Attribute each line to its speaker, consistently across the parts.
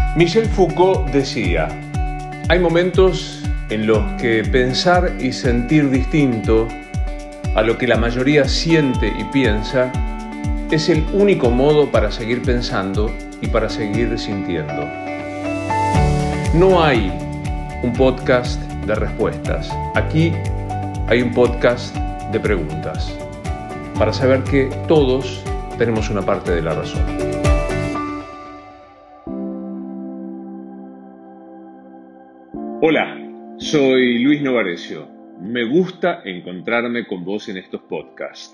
Speaker 1: Michel Foucault decía: hay momentos en los que pensar y sentir distinto a lo que la mayoría siente y piensa es el único modo para seguir pensando y para seguir sintiendo. No hay un podcast de respuestas. Aquí hay un podcast de preguntas, para saber que todos tenemos una parte de la razón. Hola, soy Luis Novarecio. Me gusta encontrarme con vos en estos podcasts.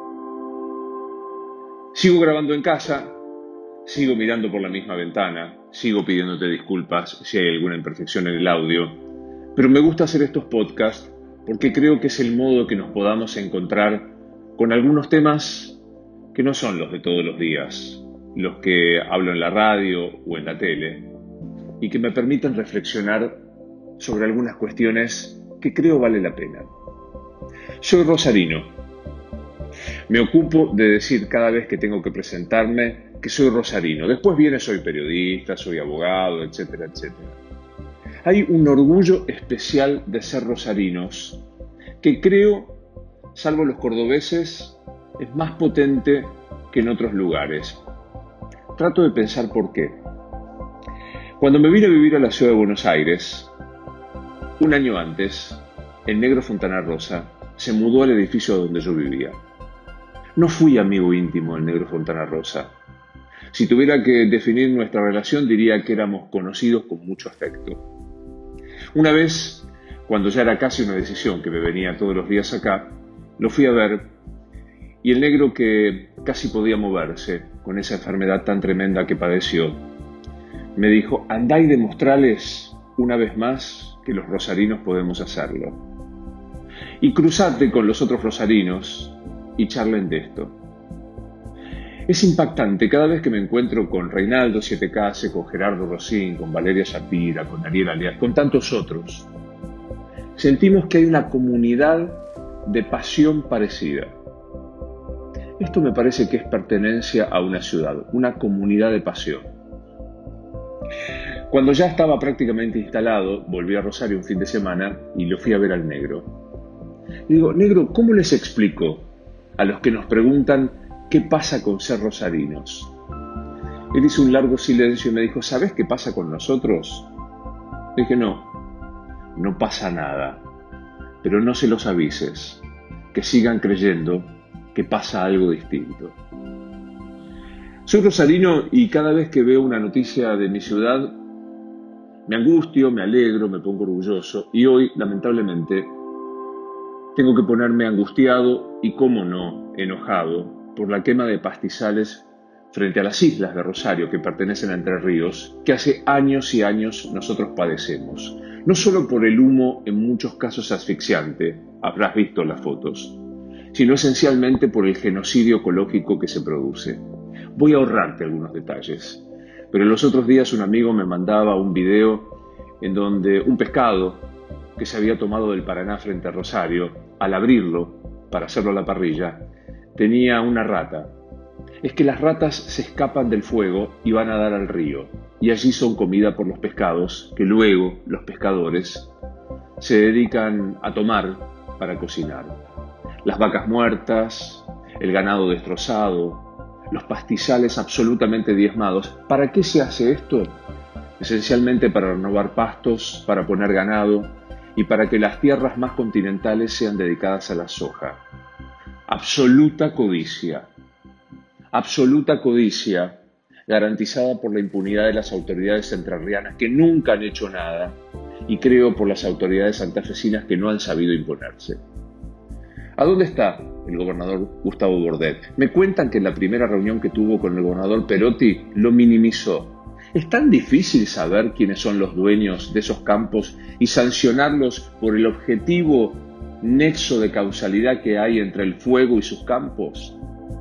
Speaker 1: Sigo grabando en casa, sigo mirando por la misma ventana, sigo pidiéndote disculpas si hay alguna imperfección en el audio, pero me gusta hacer estos podcasts porque creo que es el modo que nos podamos encontrar con algunos temas que no son los de todos los días, los que hablo en la radio o en la tele, y que me permiten reflexionar sobre algunas cuestiones que creo vale la pena. Soy rosarino. Me ocupo de decir cada vez que tengo que presentarme que soy rosarino. Después viene soy periodista, soy abogado, etcétera, etcétera. Hay un orgullo especial de ser rosarinos que creo, salvo los cordobeses, es más potente que en otros lugares. Trato de pensar por qué. Cuando me vine a vivir a la ciudad de Buenos Aires, un año antes, el negro Fontana Rosa se mudó al edificio donde yo vivía. No fui amigo íntimo del negro Fontana Rosa. Si tuviera que definir nuestra relación, diría que éramos conocidos con mucho afecto. Una vez, cuando ya era casi una decisión que me venía todos los días acá, lo fui a ver y el negro, que casi podía moverse con esa enfermedad tan tremenda que padeció, me dijo: andá y demostrales una vez más que los rosarinos podemos hacerlo. Y cruzate con los otros rosarinos y charlen de esto. Es impactante cada vez que me encuentro con Reinaldo Sietecase, con Gerardo Rosín, con Valeria Shapira, con Ariel Alias, con tantos otros. Sentimos que hay una comunidad de pasión parecida. Esto me parece que es pertenencia a una ciudad, una comunidad de pasión. Cuando ya estaba prácticamente instalado, volví a Rosario un fin de semana y lo fui a ver al negro. Y digo: negro, ¿cómo les explico a los que nos preguntan qué pasa con ser rosarinos? Él hizo un largo silencio y me dijo: ¿sabes qué pasa con nosotros? Le dije: no pasa nada, pero no se los avises, que sigan creyendo que pasa algo distinto. Soy rosarino y cada vez que veo una noticia de mi ciudad, me angustio, me alegro, me pongo orgulloso, y hoy, lamentablemente, tengo que ponerme angustiado y, cómo no, enojado por la quema de pastizales frente a las islas de Rosario que pertenecen a Entre Ríos, que hace años y años nosotros padecemos. No solo por el humo, en muchos casos asfixiante, habrás visto las fotos, sino esencialmente por el genocidio ecológico que se produce. Voy a ahorrarte algunos detalles, pero los otros días un amigo me mandaba un video en donde un pescado que se había tomado del Paraná frente a Rosario, al abrirlo para hacerlo a la parrilla, tenía una rata. Es que las ratas se escapan del fuego y van a dar al río, y allí son comida por los pescados que luego los pescadores se dedican a tomar para cocinar. Las vacas muertas, el ganado destrozado, los pastizales absolutamente diezmados. ¿Para qué se hace esto? Esencialmente para renovar pastos, para poner ganado y para que las tierras más continentales sean dedicadas a la soja. Absoluta codicia garantizada por la impunidad de las autoridades entrerrianas, que nunca han hecho nada, y creo por las autoridades santafesinas, que no han sabido imponerse. ¿A dónde está el gobernador Gustavo Bordet? Me cuentan que en la primera reunión que tuvo con el gobernador Perotti lo minimizó. ¿Es tan difícil saber quiénes son los dueños de esos campos y sancionarlos por el objetivo nexo de causalidad que hay entre el fuego y sus campos?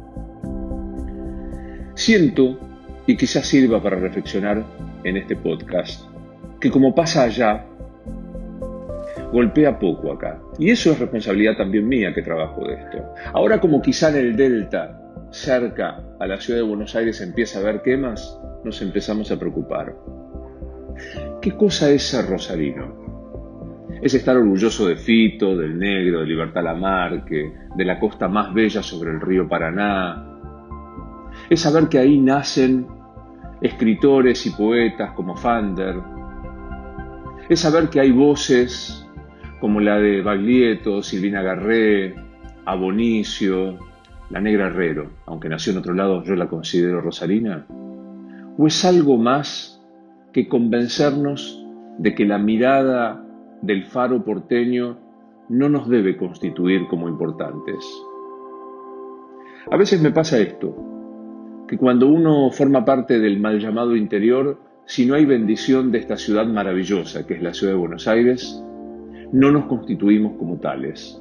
Speaker 1: Siento, y quizás sirva para reflexionar en este podcast, que como pasa allá, golpea poco acá. Y eso es responsabilidad también mía, que trabajo de esto. Ahora, como quizá en el Delta, cerca a la ciudad de Buenos Aires, empieza a haber quemas, nos empezamos a preocupar. ¿Qué cosa es ser rosarino? Es estar orgulloso de Fito, del Negro, de Libertad Lamarque, de la costa más bella sobre el río Paraná. Es saber que ahí nacen escritores y poetas como Fander. Es saber que hay voces como la de Baglietto, Silvina Garré, Abonicio, la Negra Herrero, aunque nació en otro lado, yo la considero rosarina. ¿O es algo más que convencernos de que la mirada del faro porteño no nos debe constituir como importantes? A veces me pasa esto, que cuando uno forma parte del mal llamado interior, si no hay bendición de esta ciudad maravillosa que es la ciudad de Buenos Aires, no nos constituimos como tales.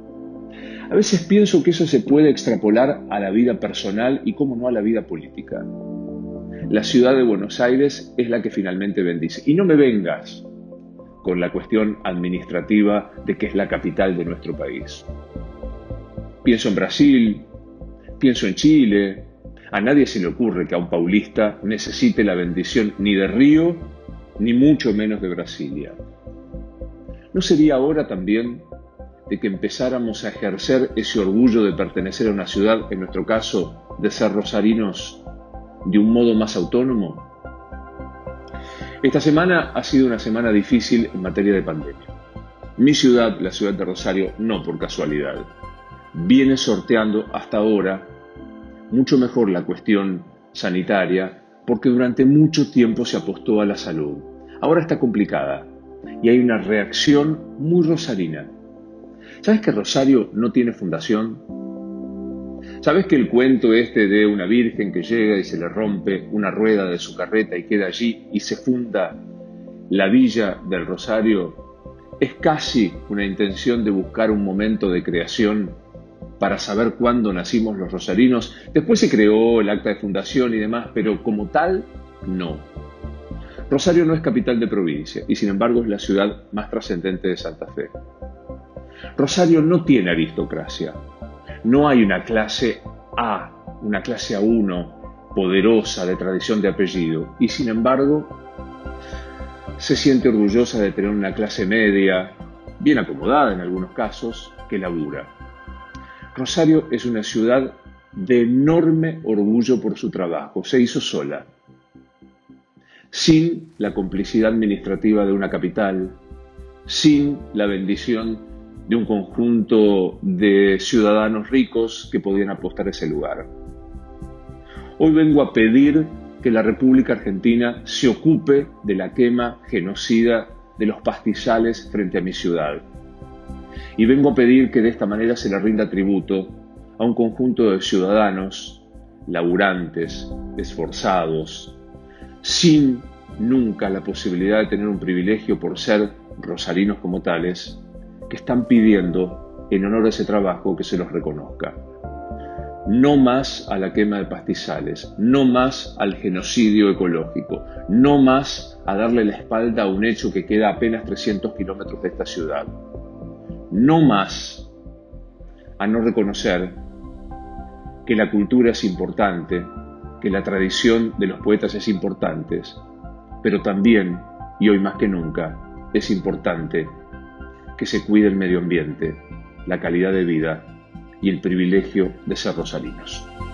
Speaker 1: A veces pienso que eso se puede extrapolar a la vida personal y, cómo no, a la vida política. La ciudad de Buenos Aires es la que finalmente bendice. Y no me vengas con la cuestión administrativa de que es la capital de nuestro país. Pienso en Brasil, pienso en Chile. A nadie se le ocurre que a un paulista necesite la bendición ni de Río, ni mucho menos de Brasilia. ¿No sería hora también de que empezáramos a ejercer ese orgullo de pertenecer a una ciudad, en nuestro caso, de ser rosarinos, de un modo más autónomo? Esta semana ha sido una semana difícil en materia de pandemia. Mi ciudad, la ciudad de Rosario, no por casualidad, viene sorteando hasta ahora mucho mejor la cuestión sanitaria porque durante mucho tiempo se apostó a la salud. Ahora está complicada y hay una reacción muy rosarina. ¿Sabes que Rosario no tiene fundación? ¿Sabes que el cuento este de una virgen que llega y se le rompe una rueda de su carreta y queda allí y se funda la villa del Rosario es casi una intención de buscar un momento de creación para saber cuándo nacimos los rosarinos? Después se creó el acta de fundación y demás, pero como tal, no. Rosario no es capital de provincia y sin embargo es la ciudad más trascendente de Santa Fe. Rosario no tiene aristocracia. No hay una clase A, una clase A1 poderosa de tradición de apellido y sin embargo se siente orgullosa de tener una clase media, bien acomodada en algunos casos, que labura. Rosario es una ciudad de enorme orgullo por su trabajo. Se hizo sola, sin la complicidad administrativa de una capital, sin la bendición de un conjunto de ciudadanos ricos que podían apostar a ese lugar. Hoy vengo a pedir que la República Argentina se ocupe de la quema genocida de los pastizales frente a mi ciudad. Y vengo a pedir que de esta manera se le rinda tributo a un conjunto de ciudadanos, laburantes, esforzados, sin nunca la posibilidad de tener un privilegio por ser rosarinos como tales, que están pidiendo, en honor a ese trabajo, que se los reconozca. No más a la quema de pastizales, no más al genocidio ecológico, no más a darle la espalda a un hecho que queda a apenas 300 kilómetros de esta ciudad. No más a no reconocer que la cultura es importante, que la tradición de los poetas es importante, pero también, y hoy más que nunca, es importante que se cuide el medio ambiente, la calidad de vida y el privilegio de ser rosarinos.